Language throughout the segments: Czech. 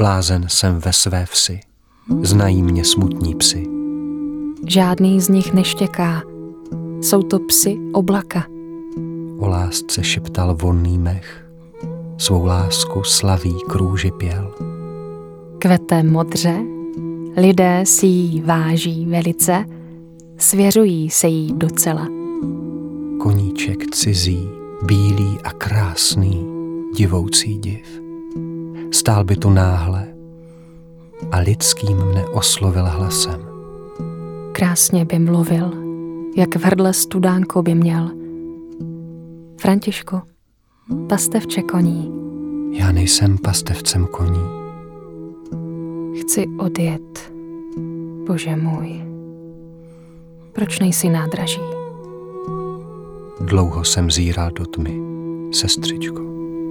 Blázen jsem ve své vsi, znají mě smutní psi. Žádný z nich neštěká, jsou to psi oblaka. O lásce šeptal vonný mech, svou lásku slaví krůži pěl. Kvete modře, lidé si jí váží velice, svěřují se jí docela. Koníček cizí, bílý a krásný, divoucí div. Stál by tu náhle a lidským mne oslovil hlasem. Krásně by mluvil, jak v hrdle studánko by měl. Františku, pastevče koní. Já nejsem pastevcem koní. Chci odjet, Bože můj. Proč nejsi nádraží? Dlouho jsem zíral do tmy, sestřičko.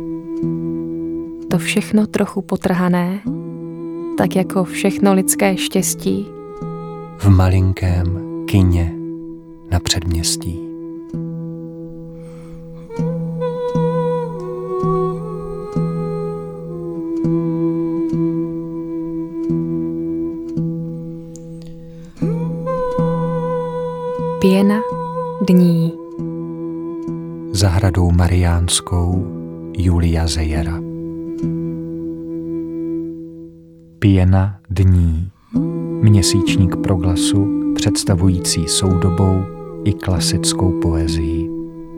To všechno trochu potrhané, tak jako všechno lidské štěstí. V malinkém kině na předměstí. Pěna dní. Zahradou mariánskou Julia Zejera. Pěna dní. Měsíčník Proglasu představující soudobou i klasickou poezii.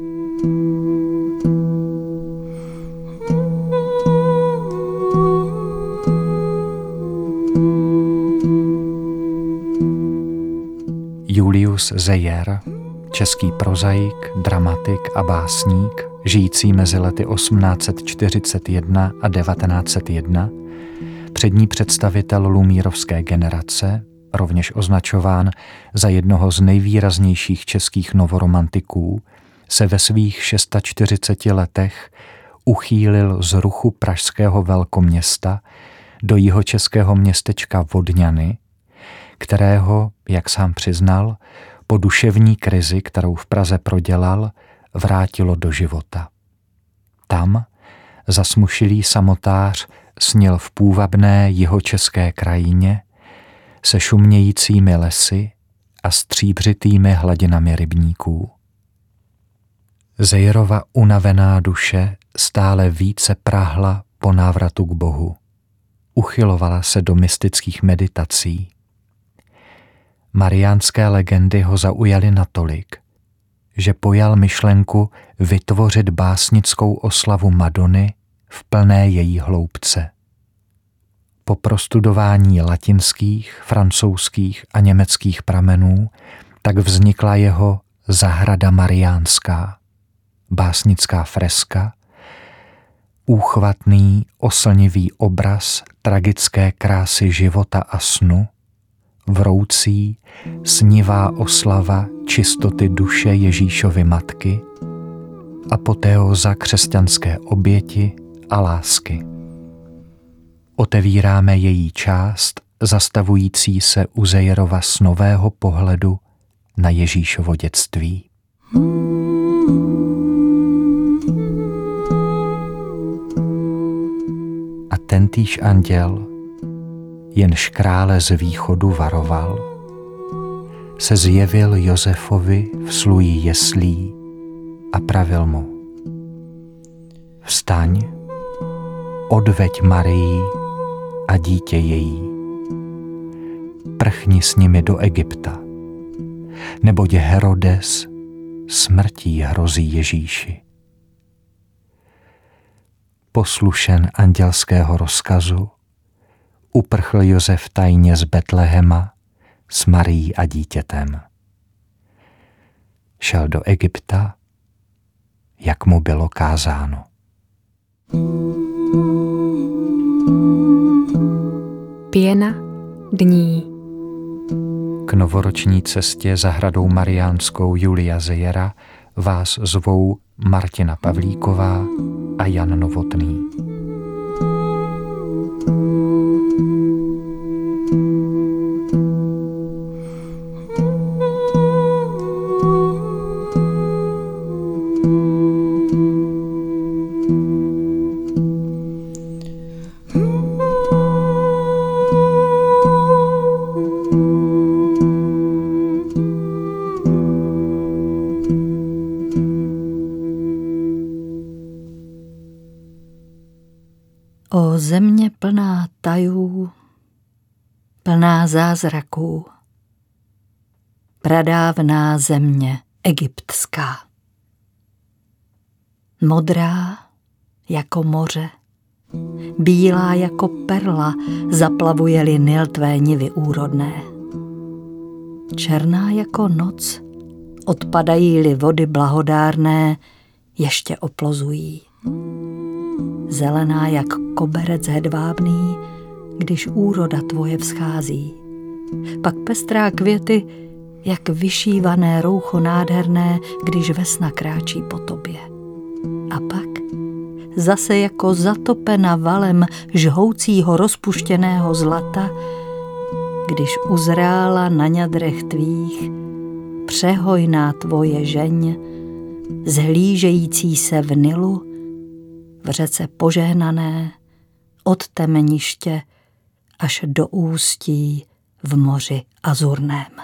Julius Zeyer, český prozaik, dramatik a básník, žijící mezi lety 1841 a 1901, přední představitel lumírovské generace, rovněž označován za jednoho z nejvýraznějších českých novoromantiků, se ve svých 46 letech uchýlil z ruchu pražského velkoměsta do jihočeského městečka Vodňany, kterého, jak sám přiznal, po duševní krizi, kterou v Praze prodělal, vrátilo do života. Tam zasmušilý samotář snil v půvabné jihočeské krajině se šumějícími lesy a stříbřitými hladinami rybníků. Zejrova unavená duše stále více prahla po návratu k Bohu. Uchylovala se do mystických meditací. Mariánské legendy ho zaujaly natolik, že pojal myšlenku vytvořit básnickou oslavu Madony v plné její hloubce. Po prostudování latinských, francouzských a německých pramenů tak vznikla jeho Zahrada mariánská, básnická freska, úchvatný, oslnivý obraz tragické krásy života a snu, vroucí, snivá oslava čistoty duše Ježíšovy matky, apoteóza křesťanské oběti a lásky. Otevíráme její část, zastavující se u Zejerova snového pohledu na Ježíšovo dětství. A tentýž anděl, jenž krále z východu varoval, se zjevil Josefovi v sluji jeslí a pravil mu: Vstaň, odveď Marii a dítě její, prchni s nimi do Egypta, neboť Herodes smrtí hrozí Ježíši. Poslušen andělského rozkazu, uprchl Josef tajně z Betlehema s Marií a dítětem. Šel do Egypta, jak mu bylo kázáno. Pěna dní. K novoroční cestě zahradou mariánskou Julia Zejera vás zvou Martina Pavlíková a Jan Novotný. země plná tajů, plná zázraků, pradávná země egyptská. Modrá jako moře, bílá jako perla, zaplavuje-li Nil tvé nivy úrodné. Černá jako noc, odpadají-li vody blahodárné, ještě oplozují. Zelená jak koberec hedvábný, když úroda tvoje vzchází. Pak pestrá květy, jak vyšívané roucho nádherné, když vesna kráčí po tobě. A pak zase jako zatopena valem žhoucího rozpuštěného zlata, když uzrála na ňadrech tvých přehojná tvoje žeň, zhlížející se v Nilu, v řece požehnané, od temeniště až do ústí v moři azurném.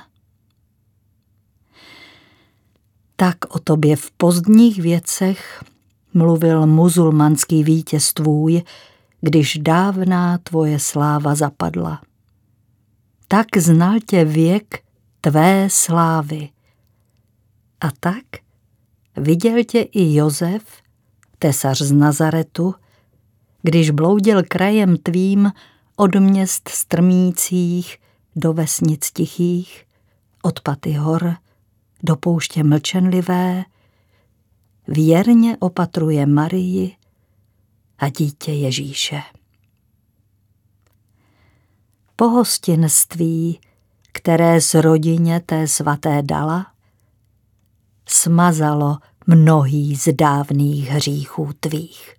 Tak o tobě v pozdních věcech mluvil muzulmanský vítěz tvůj, když dávná tvoje sláva zapadla. Tak znal tě věk tvé slávy. A tak viděl tě i Josef, tesař z Nazaretu, když bloudil krajem tvým od měst strmících do vesnic tichých, od paty hor do pouště mlčenlivé, věrně opatruje Marii a dítě Ježíše. Pohostinství, které z rodině té svaté dala, smazalo mnohý z dávných hříchů tvých.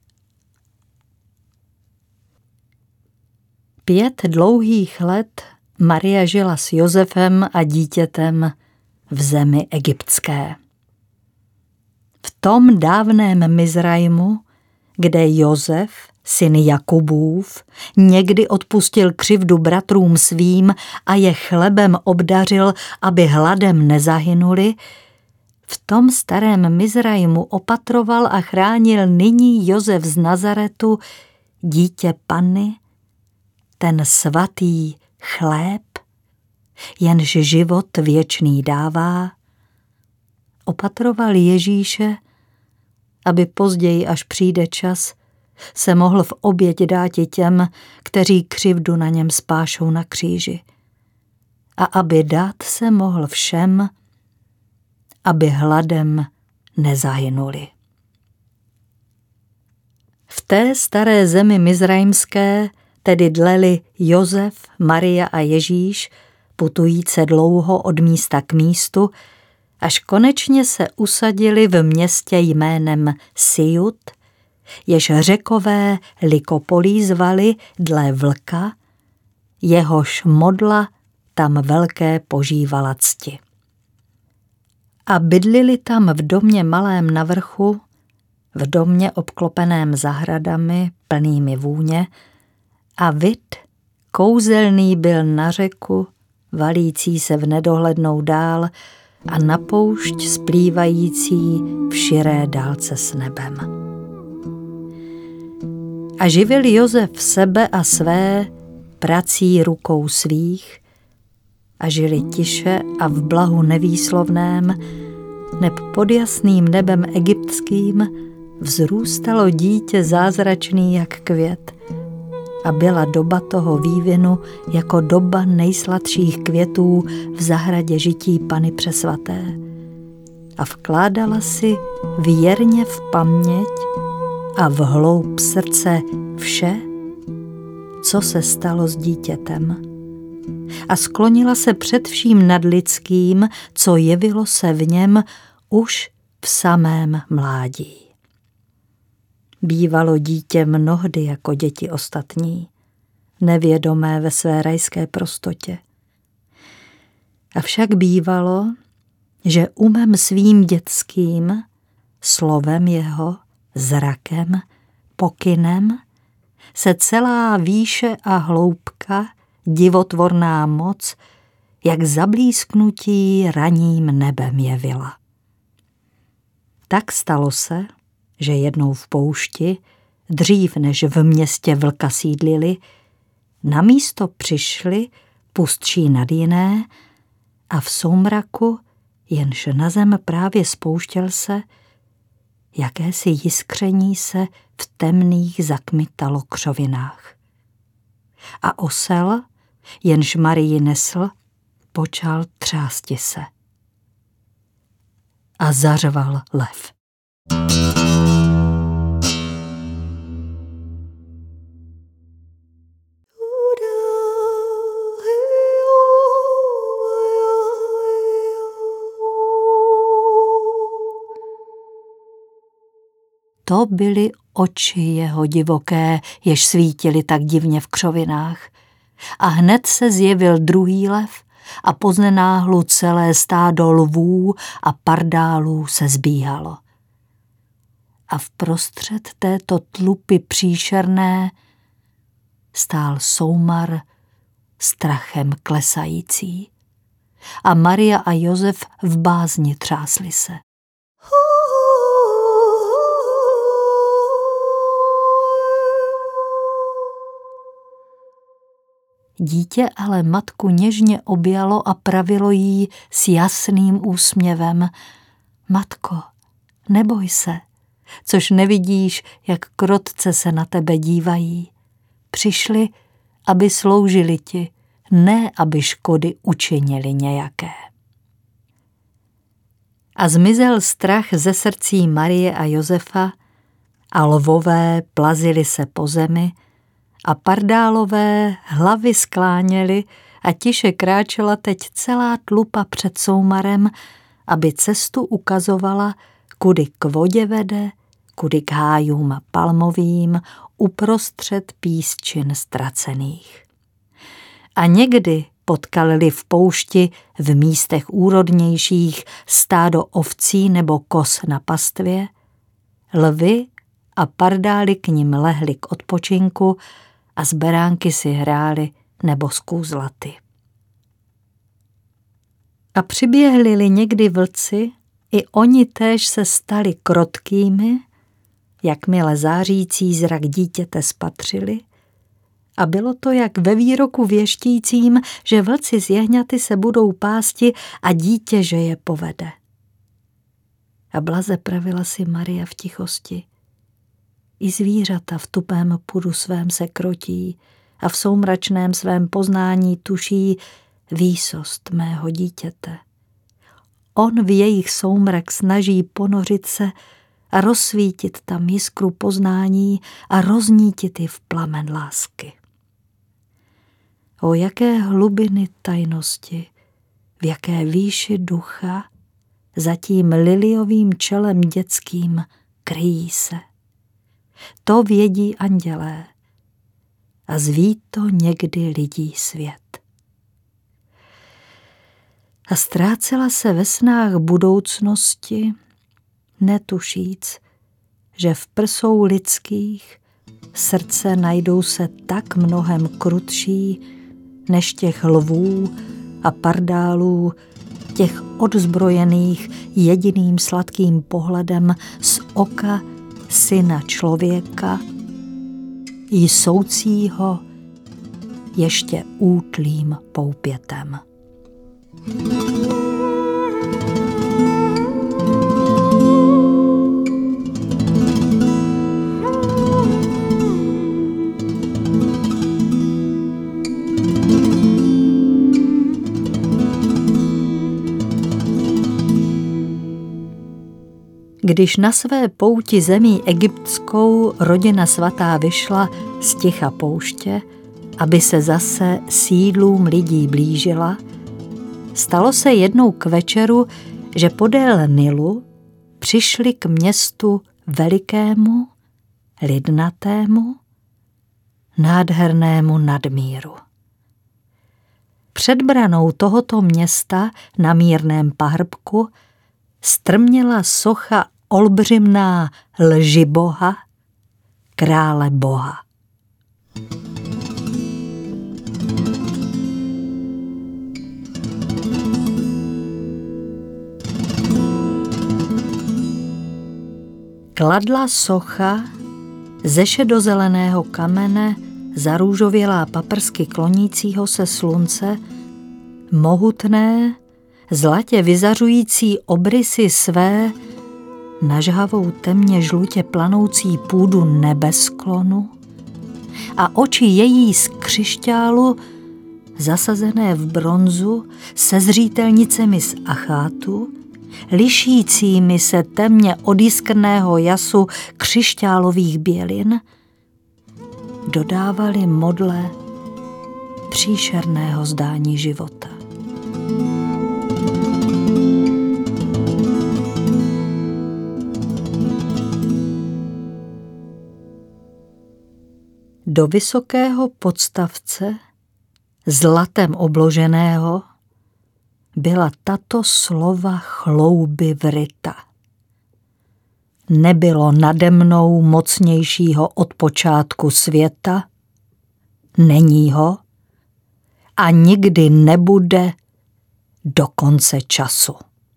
5 dlouhých let Maria žila s Josefem a dítětem v zemi egyptské. V tom dávném Mizraimu, kde Josef, syn Jakubův, někdy odpustil křivdu bratrům svým a je chlebem obdařil, aby hladem nezahynuli, v tom starém Mizraimu opatroval a chránil nyní Josef z Nazaretu, dítě Panny, ten svatý chléb, jenž život věčný dává, opatroval Ježíše, aby později, až přijde čas, se mohl v oběť dáti těm, kteří křivdu na něm spášou na kříži. A aby dát se mohl všem, aby hladem nezahynuli. V té staré zemi mizraimské tedy dleli Josef, Maria a Ježíš, putujíce dlouho od místa k místu, až konečně se usadili v městě jménem Sijut, jež Řekové Likopolí zvali dle vlka, jehož modla tam velké požívala cti. A bydlili tam v domě malém na vrchu, v domě obklopeném zahradami plnými vůně, a vid kouzelný byl na řeku, valící se v nedohlednou dál a na poušť splývající v širé dálce s nebem. A živil Josef sebe a své prací rukou svých a žili tiše a v blahu nevýslovném, neb pod jasným nebem egyptským vzrůstalo dítě zázračný jak květ a byla doba toho vývinu jako doba nejsladších květů v zahradě žití Panny Přesvaté a vkládala si věrně v paměť a v hloub srdce vše, co se stalo s dítětem. A sklonila se před vším nadlidským, co jevilo se v něm už v samém mládí. Bývalo dítě mnohdy jako děti ostatní, nevědomé ve své rajské prostotě. Avšak bývalo, že umem svým dětským, slovem jeho, zrakem, pokynem, se celá výše a hloubka, divotvorná moc, jak zablísknutí raním nebem jevila. Tak stalo se, že jednou v poušti, dřív než v městě vlka sídlili, na místo přišli pustší nad jiné a v soumraku, jenž na zem právě spouštěl se, jakési jiskření se v temných zakmitalo křovinách. A osel, jenž Marii nesl, počal třásti se. A zařval lev. To byly oči jeho divoké, jež svítily tak divně v křovinách. A hned se zjevil druhý lev a poznenáhlu celé stádo lvů a pardálů se zbíhalo. A vprostřed této tlupy příšerné stál soumar strachem klesající. A Maria a Josef v bázni třásli se. Dítě ale matku něžně objalo a pravilo jí s jasným úsměvem: Matko, neboj se, což nevidíš, jak krotce se na tebe dívají. Přišli, aby sloužili ti, ne aby škody učinili nějaké. A zmizel strach ze srdcí Marie a Josefa a lvové plazili se po zemi a pardálové hlavy skláněly a tiše kráčela teď celá tlupa před soumarem, aby cestu ukazovala, kudy k vodě vede, kudy k hájům palmovým, uprostřed písčin ztracených. A někdy potkali v poušti v místech úrodnějších stádo ovcí nebo kos na pastvě, lvy a pardály k nim lehli k odpočinku a z beránky si hráli nebo z kůzlaty. A přiběhli někdy vlci, i oni též se stali krotkými, jakmile zářící zrak dítěte spatřili, a bylo to jak ve výroku věštícím, že vlci z jehňaty se budou pásti a dítě, že je povede. A blaze pravila si Maria v tichosti. I zvířata v tupém pudu svém se krotí a v soumračném svém poznání tuší výsost mého dítěte. On v jejich soumrak snaží ponořit se a rozsvítit tam jiskru poznání a roznítit ji v plamen lásky. O jaké hlubiny tajnosti, v jaké výši ducha, za tím liliovým čelem dětským kryjí se. To vědí andělé a zví to někdy lidí svět. A ztrácela se ve snách budoucnosti, netušíc, že v prsou lidských srdce najdou se tak mnohem krutší než těch lvů a pardálů, těch odzbrojených jediným sladkým pohledem z oka syna člověka, jsoucího ještě útlým poupětem. Když na své pouti zemí egyptskou rodina svatá vyšla z ticha pouště, aby se zase sídlům lidí blížila, stalo se jednou k večeru, že podél Nilu přišli k městu velikému, lidnatému, nádhernému nadmíru. Před branou tohoto města na mírném pahrbku strměla socha olbřimná Lžiboha, krále Boha. Kladla socha Ze šedozeleného kamene zarůžovělá paprsky klonícího se slunce, mohutné, zlatě vyzařující obrysy své, na žhavou temně žlutě planoucí půdu nebesklonu a oči její z křišťálu, zasazené v bronzu, se zřítelnicemi z achátu, lišícími se temně od jiskrného jasu křišťálových bělin, dodávali modle příšerného zdání života. Do vysokého podstavce, zlatem obloženého, byla tato slova chlouby vryta. Nebylo nade mnou mocnějšího od počátku světa, není ho a nikdy nebude do konce času.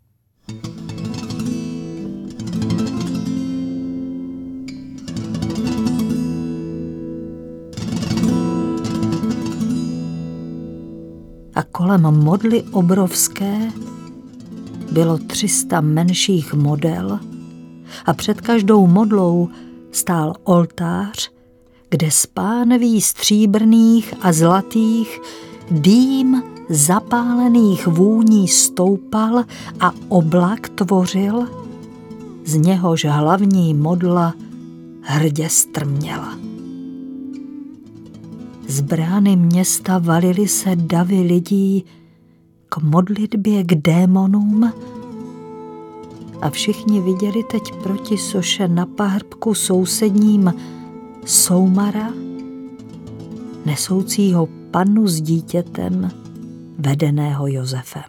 A kolem modly obrovské bylo 300 menších model a před každou modlou stál oltář, kde z pánví stříbrných a zlatých dým zapálených vůní stoupal a oblak tvořil, z něhož hlavní modla hrdě strměla. Z brány města valily se davy lidí k modlitbě k démonům a všichni viděli teď proti soše na pahrbku sousedním soumara, nesoucího pannu s dítětem, vedeného Josefem.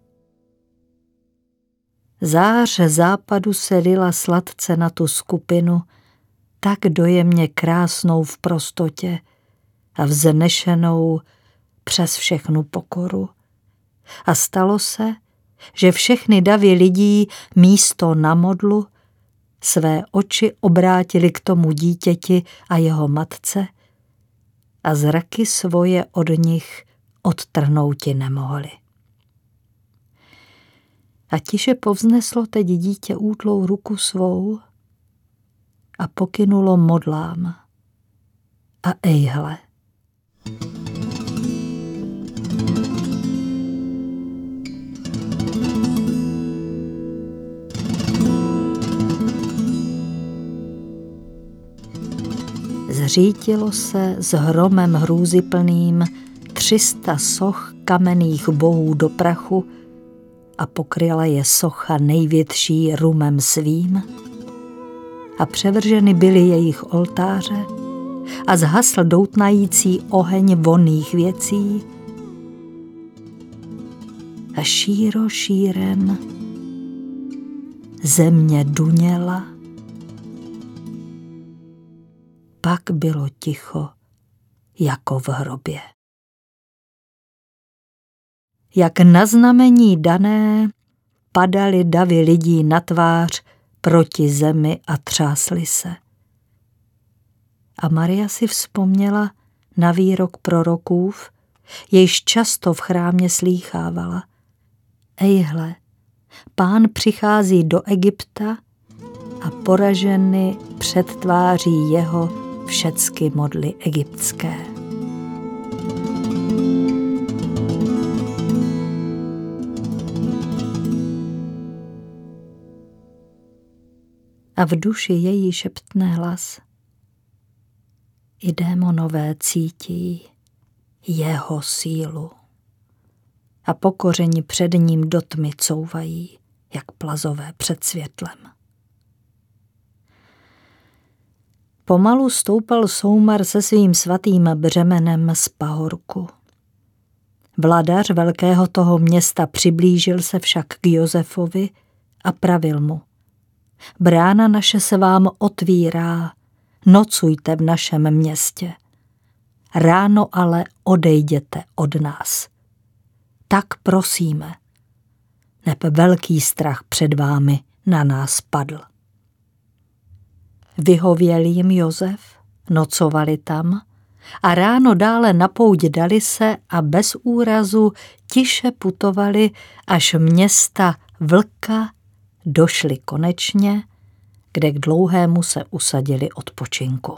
Zář západu se lila sladce na tu skupinu, tak dojemně krásnou v prostotě a vznešenou přes všechnu pokoru. A stalo se, že všechny davy lidí místo na modlu své oči obrátili k tomu dítěti a jeho matce a zraky svoje od nich odtrhnouti nemohli. A tiše povzneslo teď dítě útlou ruku svou a pokynulo modlám. A ejhle, zřítilo se s hromem hrůzyplným 300 soch kamenných bohů do prachu a pokryla je socha největší rumem svým a převrženy byly jejich oltáře a zhasl doutnající oheň vonných věcí a šíro šírem země duněla. Pak bylo ticho jako v hrobě. Jak na znamení dané padaly davy lidí na tvář proti zemi a třásly se. A Maria si vzpomněla na výrok prorokův, jejž často v chrámě slýchávala. Ejhle, Pán přichází do Egypta a poraženy před tváří jeho všecky modly egyptské. A v duši její šeptne hlas. I démonové cítí jeho sílu a pokoření před ním do tmy couvají, jak plazové před světlem. Pomalu stoupal soumar se svým svatým břemenem z pahorku. Vladař velkého toho města přiblížil se však k Josefovi a pravil mu. Brána naše se vám otvírá, nocujte v našem městě. Ráno ale odejděte od nás. Tak prosíme, neb velký strach před vámi na nás padl. Vyhověl jim Josef, nocovali tam a ráno dále na pouť dali se a bez úrazu tiše putovali, až města Vlka došli konečně, kde k dlouhému se usadili odpočinku.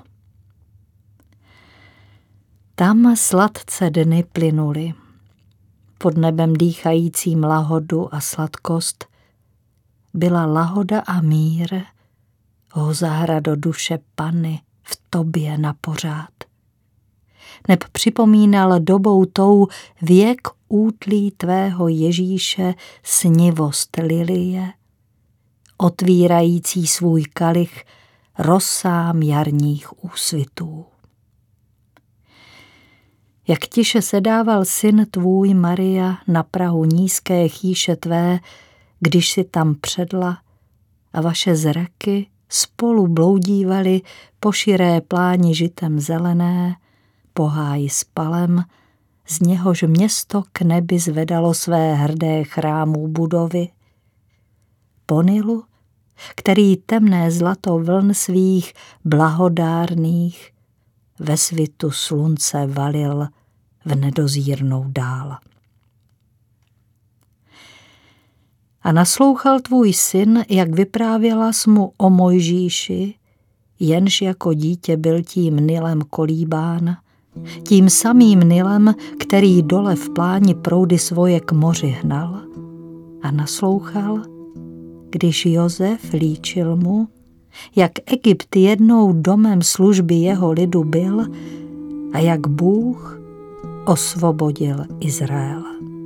Tam sladce dny plynuly, pod nebem dýchajícím lahodu a sladkost. Byla lahoda a mír, o zahrado duše Panny, v tobě na pořád. Neb připomínal dobou tou věk útlý tvého Ježíše snivost lilie, otvírající svůj kalich rosám jarních úsvitů. Jak tiše sedával syn tvůj, Maria, na prahu nízké chýše tvé, když si tam předla a vaše zraky spolu bloudívaly po širé pláni žitem zelené, po háji s palem, z něhož město k nebi zvedalo své hrdé chrámů budovy. Po Nilu, který temné zlato vln svých blahodárných ve svitu slunce valil v nedozírnou dál. A naslouchal tvůj syn, jak vyprávělas mu o Mojžíši, jenž jako dítě byl tím Nilem kolíbán, tím samým Nilem, který dole v pláni proudy svoje k moři hnal, a naslouchal, když Josef líčil mu, jak Egypt jednou domem služby jeho lidu byl a jak Bůh osvobodil Izrael.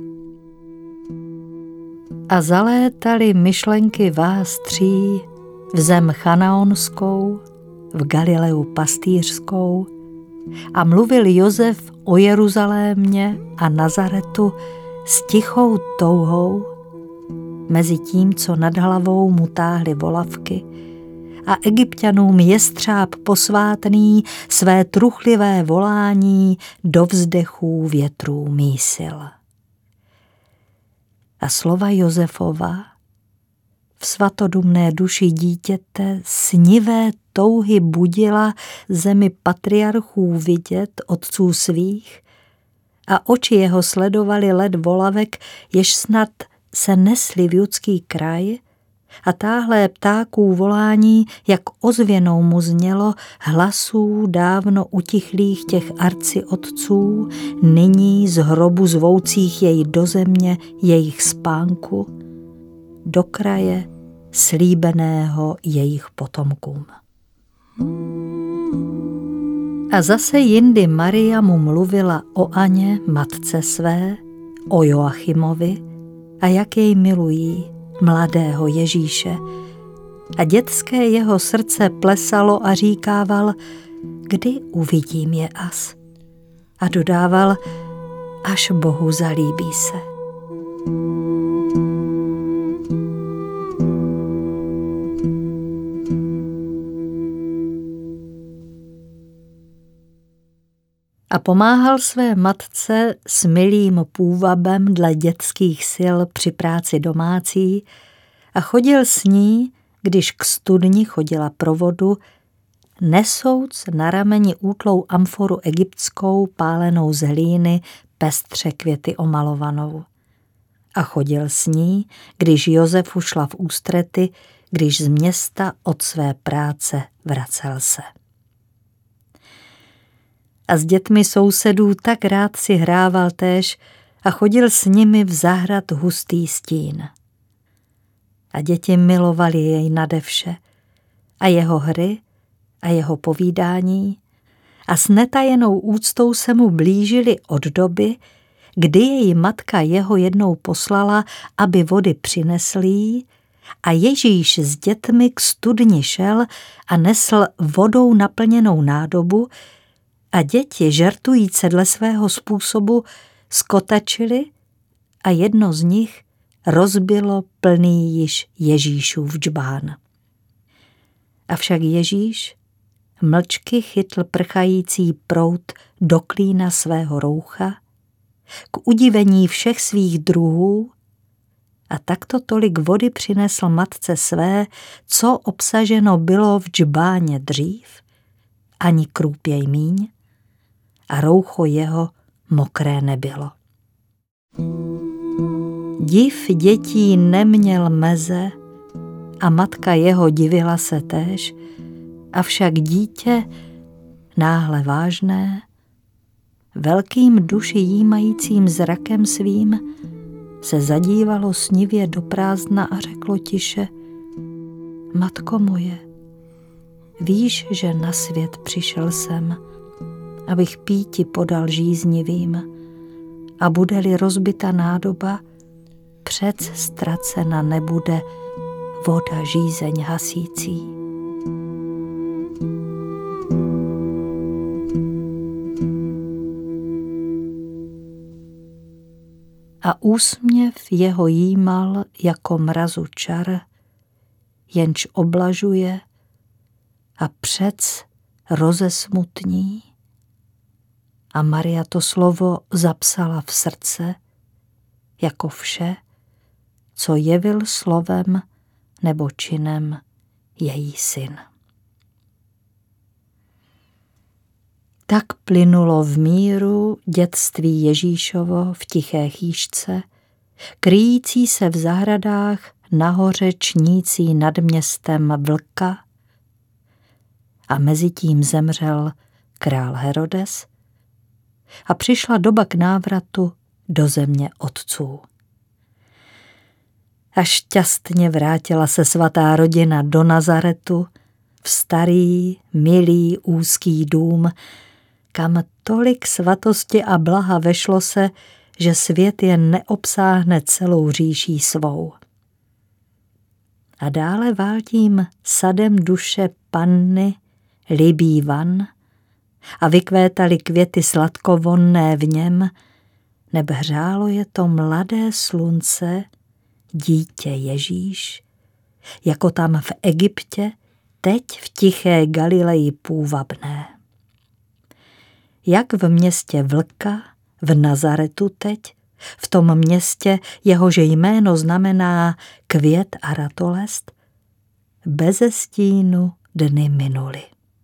A zalétaly myšlenky vás tří v zem chanaonskou, v Galileu pastýřskou, a mluvil Josef o Jeruzalémě a Nazaretu s tichou touhou, mezi tím, co nad hlavou mu táhly volavky a Egypťanům jestřáb posvátný své truchlivé volání do vzdechů větrů mísil. A slova Josefova v svatodumné duši dítěte snivé touhy budila zemi patriarchů vidět otců svých a oči jeho sledovaly led volavek, jež snad se nesli v judský kraj, a táhlé ptáků volání, jak ozvěnou mu znělo hlasů dávno utichlých těch arciotců, nyní z hrobu zvoucích jej do země jejich spánku, do kraje slíbeného jejich potomkům. A zase jindy Maria mu mluvila o Aně, matce své, o Joachimovi a jak jej milují, mladého Ježíše. A dětské jeho srdce plesalo a říkával, kdy uvidím je as. A dodával, až Bohu zalíbí se. A pomáhal své matce s milým půvabem dle dětských sil při práci domácí a chodil s ní, když k studni chodila pro vodu, nesouc na rameni útlou amforu egyptskou pálenou z hlíny pestře květy omalovanou. A chodil s ní, když Josefu šla v ústrety, když z města od své práce vracel se. A s dětmi sousedů tak rád si hrával též a chodil s nimi v zahrad hustý stín. A děti milovali jej nade vše a jeho hry a jeho povídání a s netajenou úctou se mu blížili od doby, kdy její matka jeho jednou poslala, aby vody přinesl jí, a Ježíš s dětmi k studni šel a nesl vodou naplněnou nádobu, a děti, žertujíce dle svého způsobu, skotačili a jedno z nich rozbilo plný již Ježíšův džbán. Avšak Ježíš mlčky chytl prchající proud do klína svého roucha, k udivení všech svých druhů, a takto tolik vody přinesl matce své, co obsaženo bylo v džbáně dřív, ani krůpěj míň, a roucho jeho mokré nebylo. Div dětí neměl meze a matka jeho divila se též, avšak dítě, náhle vážné, velkým duši jímajícím zrakem svým, se zadívalo snivě do prázdna a řeklo tiše: Matko moje, víš, že na svět přišel jsem, abych píti podal žíznivým, a bude-li rozbita nádoba, přec ztracena nebude voda žízeň hasící. A úsměv jeho jímal jako mrazu čar, jenž oblažuje a přec rozesmutní. A Maria to slovo zapsala v srdce, jako vše, co jevil slovem nebo činem její syn. Tak plynulo v míru dětství Ježíšovo v tiché chýšce, kryjící se v zahradách nahoře čnící nad městem vlka, a mezitím zemřel král Herodes a přišla doba k návratu do země otců. A šťastně vrátila se svatá rodina do Nazaretu, v starý, milý, úzký dům, kam tolik svatosti a blaha vešlo se, že svět jen neobsáhne celou říší svou. A dále vál tím sadem duše panny libý van a vykvétaly květy sladkovonné v něm, neb hřálo je to mladé slunce, dítě Ježíš, jako tam v Egyptě, teď v tiché Galileji půvabné. Jak v městě vlka, v Nazaretu teď, v tom městě, jehož jméno znamená květ a ratolest, beze stínu dny minuly.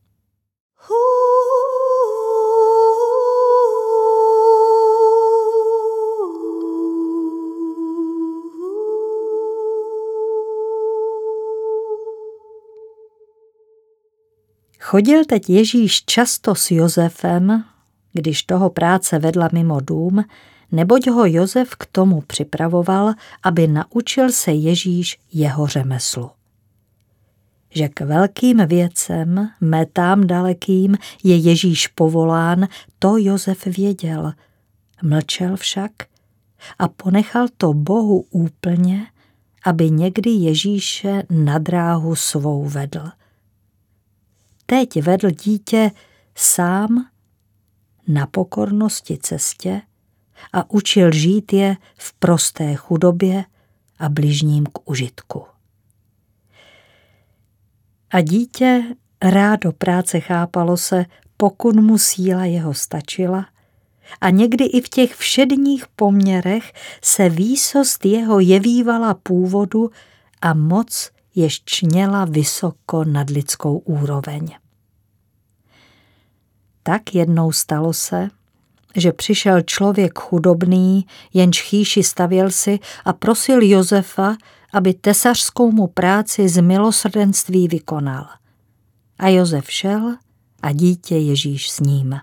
Chodil teď Ježíš často s Josefem, když toho práce vedla mimo dům, neboť ho Josef k tomu připravoval, aby naučil se Ježíš jeho řemeslu. Že k velkým věcem, metám dalekým, je Ježíš povolán, to Josef věděl, mlčel však a ponechal to Bohu úplně, aby někdy Ježíše na dráhu svou vedl. Teď vedl dítě sám na pokornosti cestě a učil žít je v prosté chudobě a bližním k užitku. A dítě rádo práce chápalo se, pokud mu síla jeho stačila, a někdy i v těch všedních poměrech se výsost jeho jevívala původu a moc jež čněla vysoko nad lidskou úroveň. Tak jednou stalo se, že přišel člověk chudobný, jenž chýši stavěl si a prosil Josefa, aby tesařskou mu práci z milosrdenství vykonal. A Josef šel a dítě Ježíš s ním.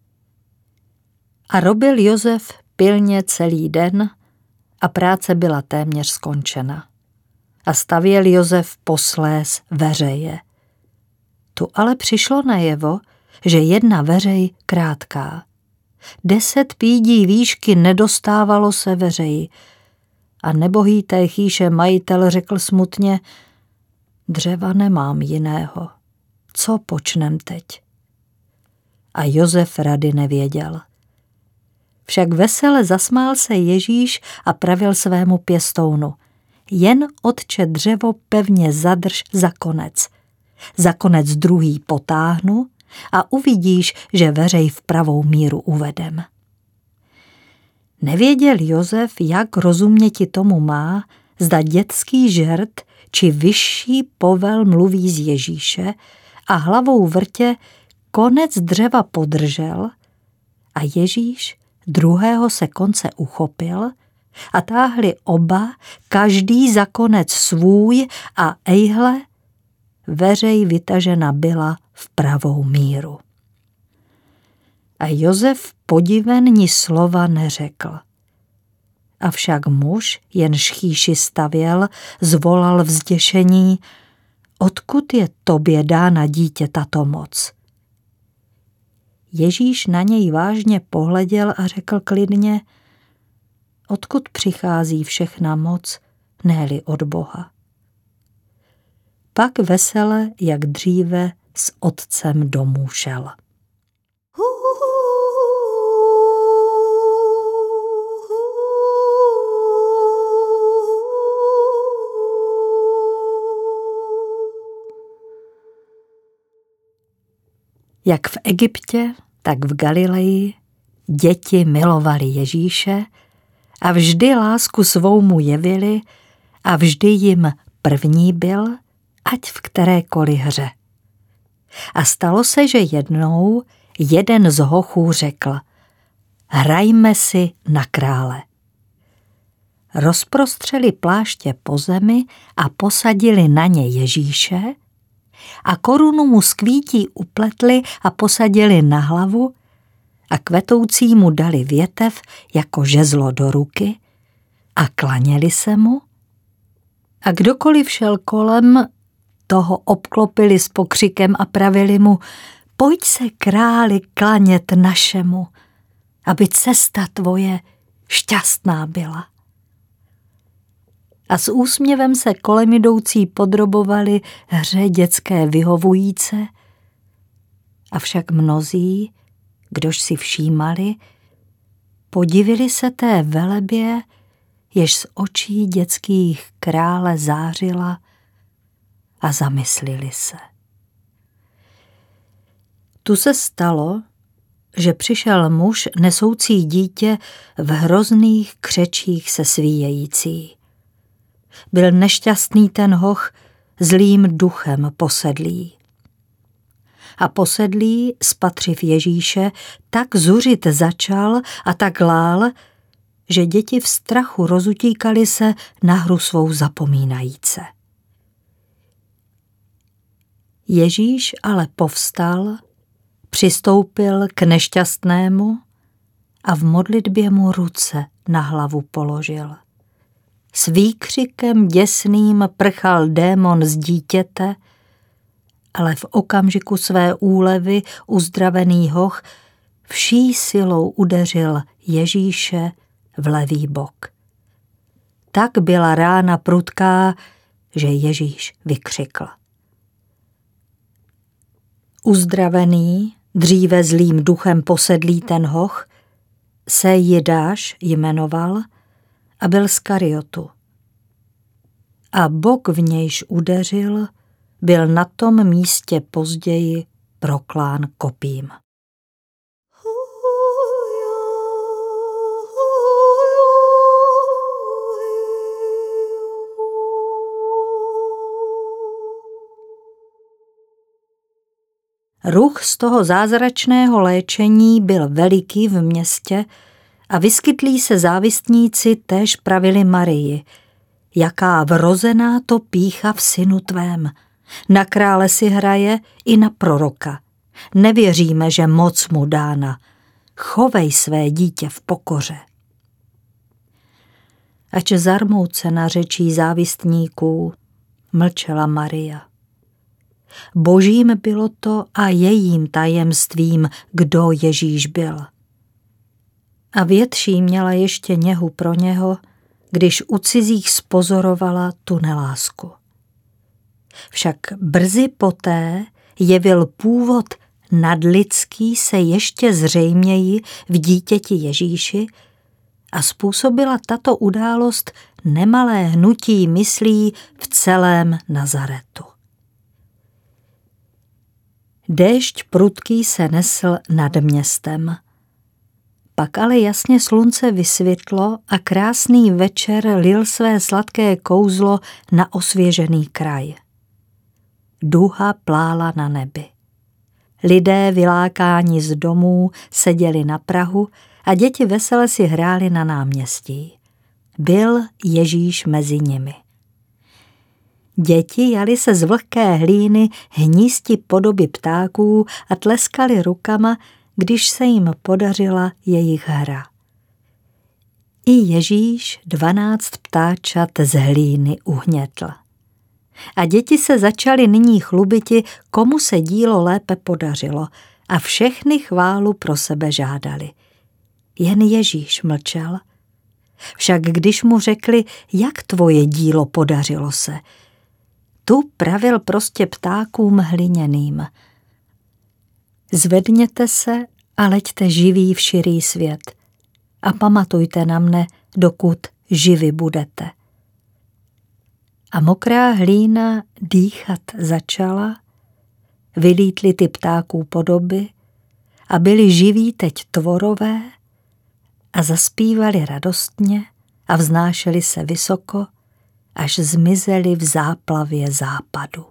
A robil Josef pilně celý den a práce byla téměř skončena. A stavěl Josef posléz veřeje. Tu ale přišlo najevo, že jedna veřej krátká. 10 pídí výšky nedostávalo se veřeji. A nebohý té chýše majitel řekl smutně: dřeva nemám jiného. Co počnem teď? A Josef rady nevěděl. Však vesele zasmál se Ježíš a pravil svému pěstounu: jen otče dřevo pevně zadrž za konec druhý potáhnu a uvidíš, že veřej v pravou míru uvedem. Nevěděl Josef, jak rozuměti tomu má, zda dětský žert či vyšší povel mluví z Ježíše a hlavou vrtě konec dřeva podržel a Ježíš druhého se konce uchopil a táhli oba, každý za konec svůj a ejhle, veřej vytažena byla v pravou míru. A Josef podiven ni slova neřekl. Avšak muž, jenž chýši stavěl, zvolal vzděšení: odkud je tobě dána, dítě, tato moc? Ježíš na něj vážně pohleděl a řekl klidně: odkud přichází všechna moc, ne-li od Boha? Pak vesele, jak dříve, s otcem domů šel. Jak v Egyptě, tak v Galileji děti milovali Ježíše a vždy lásku svou mu jevili a vždy jim první byl, ať v kterékoliv hře. A stalo se, že jednou jeden z hochů řekl: hrajme si na krále. Rozprostřeli pláště po zemi a posadili na ně Ježíše a korunu mu z kvítí upletli a posadili na hlavu a kvetoucímu dali větev jako žezlo do ruky a klaněli se mu. A kdokoliv šel kolem, toho obklopili s pokřikem a pravili mu: pojď se, králi, klanět našemu, aby cesta tvoje šťastná byla. A s úsměvem se kolem jdoucí podrobovali hře dětské vyhovujíce, avšak mnozí, kdož si všímali, podivili se té velebě, jež z očí dětských krále zářila, a zamyslili se. Tu se stalo, že přišel muž nesoucí dítě v hrozných křečích se svíjející. Byl nešťastný ten hoch, zlým duchem posedlý. A posedlý, spatřiv Ježíše, tak zuřit začal a tak lál, že děti v strachu rozutíkali se na hru svou zapomínajíce. Ježíš ale povstal, přistoupil k nešťastnému a v modlitbě mu ruce na hlavu položil. S výkřikem děsným prchal démon z dítěte, ale v okamžiku své úlevy uzdravený hoch vší silou udeřil Ježíše v levý bok. Tak byla rána prudká, že Ježíš vykřikl. Uzdravený, dříve zlým duchem posedlý ten hoch, se Jidáš jmenoval a byl z Kariotu. A bok, v nějž udeřil, byl na tom místě později proklán kopím. Ruch z toho zázračného léčení byl veliký v městě a vyskytlí se závistníci též pravili Marii: jaká vrozená to pýcha v synu tvém. Na krále si hraje i na proroka. Nevěříme, že moc mu dána. Chovej své dítě v pokoře. Ač zarmoucena řečí závistníků, mlčela Maria. Božím bylo to a jejím tajemstvím, kdo Ježíš byl. A větší měla ještě něhu pro něho, když u cizích spozorovala tu nelásku. Však brzy poté jevil původ nadlidský se ještě zřejměji v dítěti Ježíši a způsobila tato událost nemalé hnutí myslí v celém Nazaretu. Déšť prudký se nesl nad městem. Pak ale jasně slunce vysvětlo a krásný večer lil své sladké kouzlo na osvěžený kraj. Duha plála na nebi. Lidé vylákáni z domů seděli na prahu a děti vesele si hrály na náměstí. Byl Ježíš mezi nimi. Děti jali se z vlhké hlíny hnízti podoby ptáků a tleskali rukama, když se jim podařila jejich hra. I Ježíš 12 ptáčat z hlíny uhnětl. A děti se začaly nyní chlubiti, komu se dílo lépe podařilo, a všechny chválu pro sebe žádali. Jen Ježíš mlčel. Však když mu řekli, jak tvoje dílo podařilo se, tu pravil prostě ptákům hliněným. Zvedněte se a leďte živí v širý svět a pamatujte na mne, dokud živi budete. A mokrá hlína dýchat začala, vylítly ty ptáků podoby a byli živí teď tvorové a zaspívali radostně a vznášeli se vysoko, až zmizeli v záplavě západu.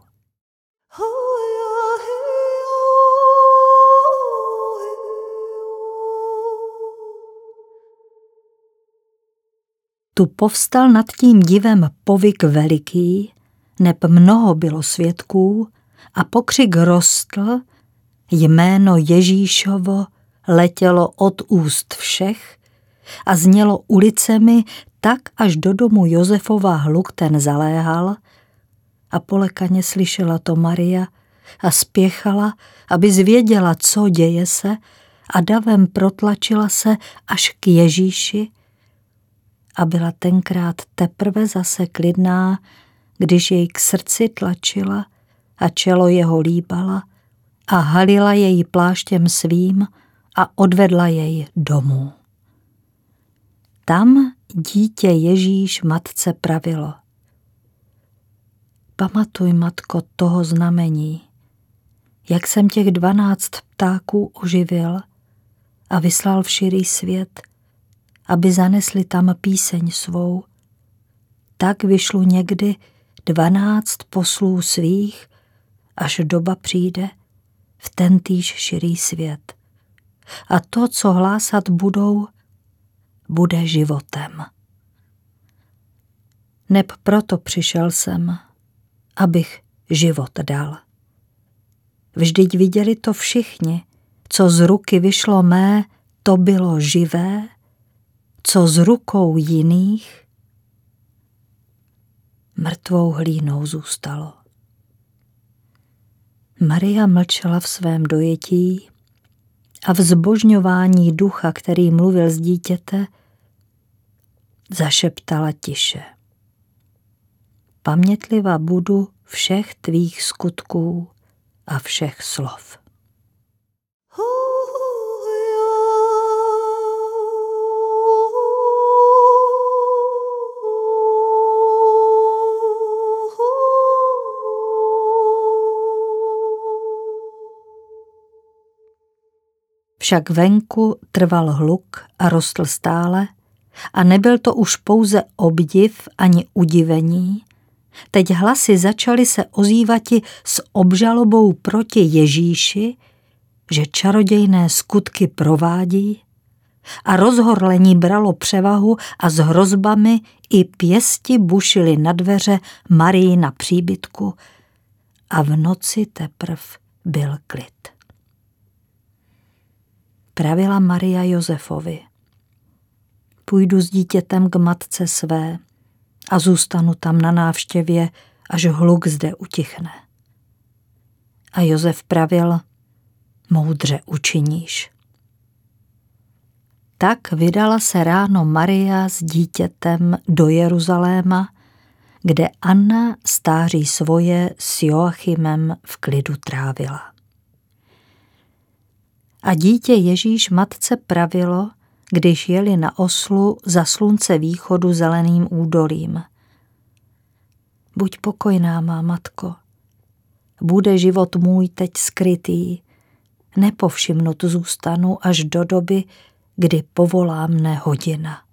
Tu povstal nad tím divem povyk veliký, neb mnoho bylo svědků, a pokřik rostl, jméno Ježíšovo letělo od úst všech a znělo ulicemi tak, až do domu Josefova hluk ten zaléhal, a polekaně slyšela to Maria a spěchala, aby zvěděla, co děje se, a davem protlačila se až k Ježíši a byla tenkrát teprve zase klidná, když jej k srdci tlačila a čelo jeho líbala a halila jej pláštěm svým a odvedla jej domů. Tam dítě Ježíš matce pravilo: Pamatuj, matko, toho znamení, jak jsem těch 12 ptáků oživil a vyslal v širý svět, aby zanesli tam píseň svou. Tak vyšlu někdy 12 poslů svých, až doba přijde, v tentýž širý svět. A to, co hlásat budou, bude životem. Neb proto přišel jsem, abych život dal. Vždyť viděli to všichni, co z ruky vyšlo mé, to bylo živé, co z rukou jiných mrtvou hlínou zůstalo. Maria mlčela v svém dojetí a v zbožňování ducha, který mluvil z dítěte, zašeptala tiše: Pamětliva budu všech tvých skutků a všech slov. Však venku trval hluk a rostl stále a nebyl to už pouze obdiv ani udivení. Teď hlasy začaly se ozývati s obžalobou proti Ježíši, že čarodějné skutky provádí, a rozhorlení bralo převahu a s hrozbami i pěsti bušili na dveře Marii na příbytku a v noci teprv byl klid. Pravila Maria Josefovi: Půjdu s dítětem k matce své a zůstanu tam na návštěvě, až hluk zde utichne. A Josef pravil: Moudře učiníš. Tak vydala se ráno Maria s dítětem do Jeruzaléma, kde Anna stáří svoje s Joachimem v klidu trávila. A dítě Ježíš matce pravilo, když jeli na oslu za slunce východu zeleným údolím: Buď pokojná, má matko, bude život můj teď skrytý, nepovšimnut zůstanu až do doby, kdy povolá mne hodina.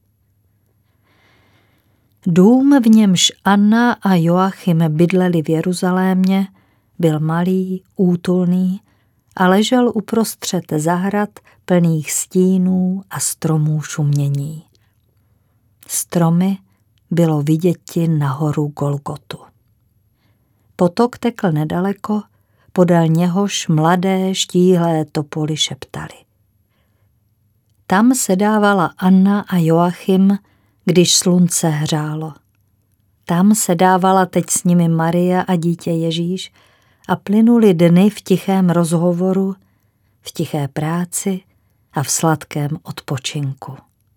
Dům, v němž Anna a Joachim bydleli v Jeruzalémě, byl malý, útulný a ležel uprostřed zahrad plných stínů a stromů šumění. Stromy bylo viděti nahoru Golgotu. Potok tekl nedaleko, podél něhož mladé štíhlé topoly šeptaly. Tam sedávala Anna a Joachim, když slunce hřálo. Tam sedávala teď s nimi Maria a dítě Ježíš a plynuly dny v tichém rozhovoru, v tiché práci a v sladkém odpočinku.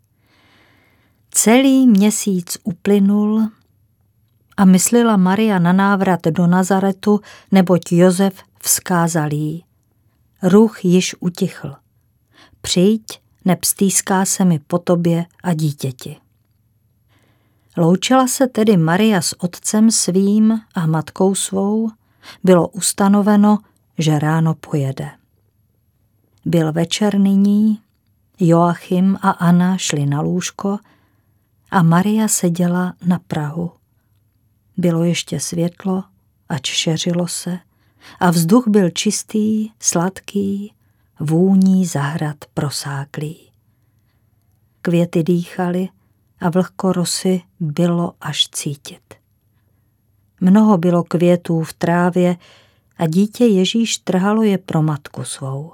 Celý měsíc uplynul a myslela Maria na návrat do Nazaretu, neboť Josef vzkázal jí: ruch již utichl. Přijď, neb stýská se mi po tobě a dítěti. Loučila se tedy Maria s otcem svým a matkou svou, bylo ustanoveno, že ráno pojede. Byl večer nyní, Joachim a Anna šli na lůžko a Maria seděla na prahu. Bylo ještě světlo, ač šeřilo se, a vzduch byl čistý, sladký, vůní zahrad prosáklý. Květy dýchaly a vlhko rosy bylo až cítit. Mnoho bylo květů v trávě a dítě Ježíš trhalo je pro matku svou.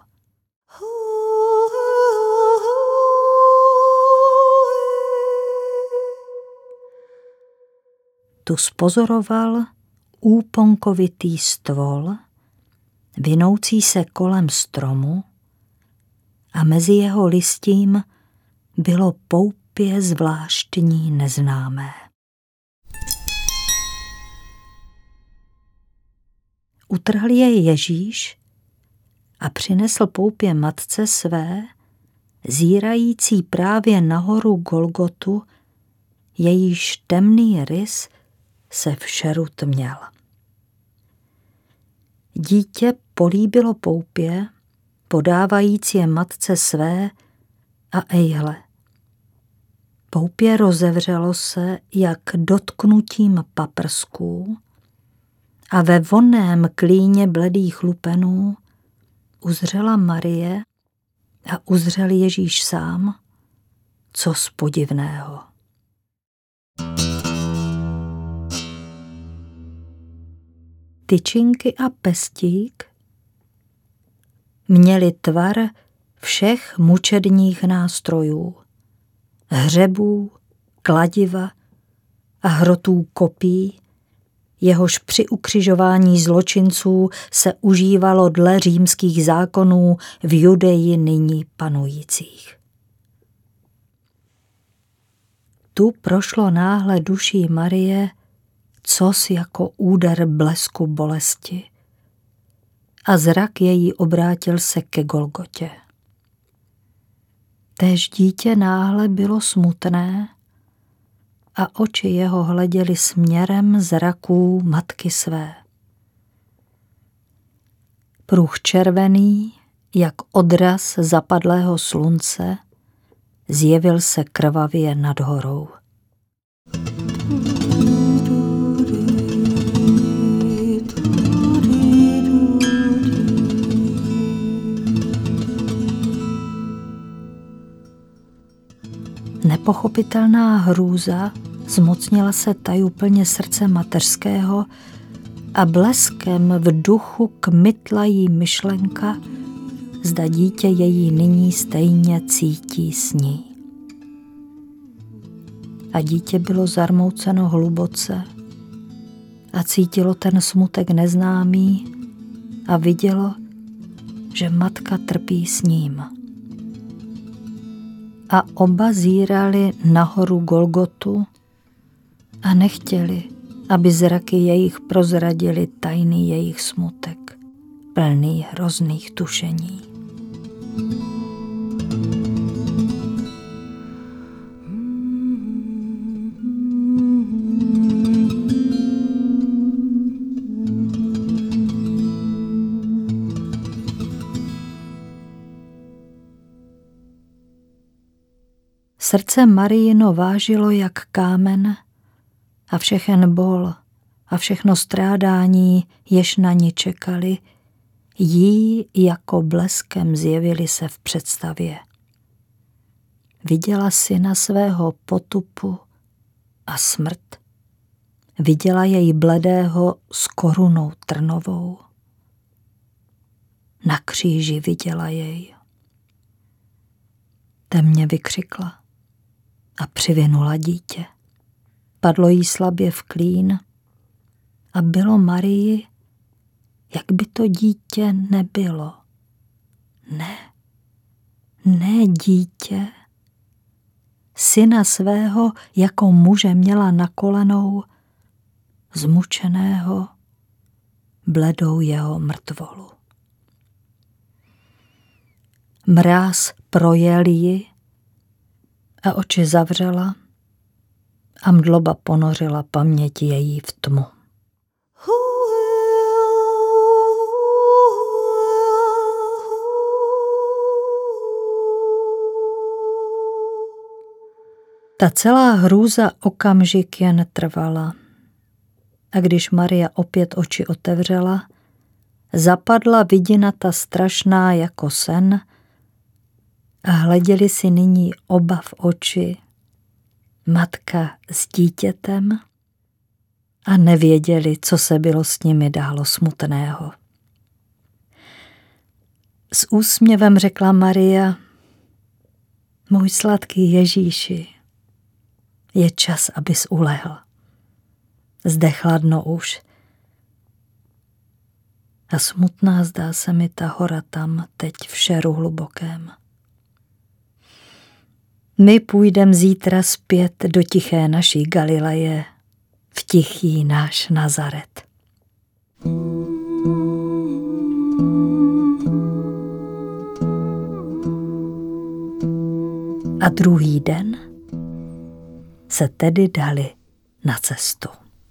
Tu spozoroval úponkovitý stvol, vinoucí se kolem stromu, a mezi jeho listím bylo poupě zvláštní neznámé. Utrhl je Ježíš a přinesl poupě matce své, zírající právě nahoru Golgotu, jejíž temný rys se v šeru tměl. Dítě políbilo poupě, podávajíc je matce své, a ejhle. Poupě rozevřelo se jak dotknutím paprsků a ve vonném klíně bledých lupenů uzřela Marie a uzřel Ježíš sám, cos podivného. Tyčinky a pestík měly tvar všech mučedních nástrojů, hřebů, kladiva a hrotů kopí, jehož při ukřižování zločinců se užívalo dle římských zákonů v Judeji nyní panujících. Tu prošlo náhle duší Marie cos jako úder blesku bolesti a zrak její obrátil se ke Golgotě. Též dítě náhle bylo smutné a oči jeho hleděly směrem zraků matky své. Pruh červený, jak odraz zapadlého slunce, zjevil se krvavě nad horou. Nepochopitelná hrůza zmocnila se tajuplně srdce mateřského a bleskem v duchu kmitla jí myšlenka, zda dítě její nyní stejně cítí s ní. A dítě bylo zarmouceno hluboce a cítilo ten smutek neznámý a vidělo, že matka trpí s ním. A oba zírali nahoru Golgotu a nechtěli, aby zraky jejich prozradili tajný jejich smutek, plný hrozných tušení. Srdce Mariino vážilo jak kámen a všechen bol a všechno strádání, jež na ní čekali, jí jako bleskem zjevili se v představě. Viděla syna svého potupu a smrt. Viděla jej bledého s korunou trnovou. Na kříži viděla jej. Temně vykřikla a přivinula dítě. Padlo jí slabě v klín a bylo Marii, jak by to dítě nebylo. Ne dítě. Syna svého jako muže měla na kolenou, zmučeného, bledou jeho mrtvolu. Mráz projel ji a oči zavřela a mdloba ponořila paměť její v tmu. Ta celá hrůza okamžik jen trvala. A když Maria opět oči otevřela, zapadla vidina ta strašná jako sen a hleděli si nyní oba v oči, matka s dítětem, a nevěděli, co se bylo s nimi dálo smutného. S úsměvem řekla Maria: můj sladký Ježíši, je čas, abys ulehl. Zde chladno už. A smutná zdá se mi ta hora tam, teď v šeru hlubokém. My půjdem zítra zpět do tiché naší Galileje, v tichý náš Nazaret. A druhý den se tedy dali na cestu.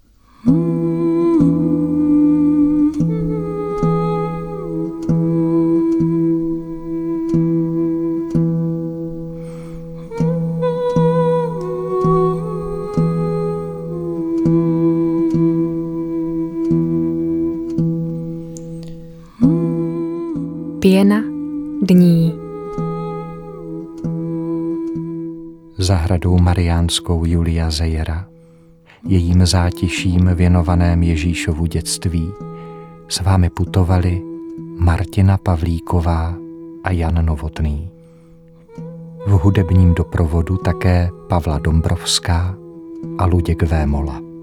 Pěna dní. Zahradou mariánskou Julia Zejera, jejím zátiším věnovaném Ježíšovu dětství, s vámi putovali Martina Pavlíková a Jan Novotný. V hudebním doprovodu také Pavla Dombrovská a Luděk Vémola.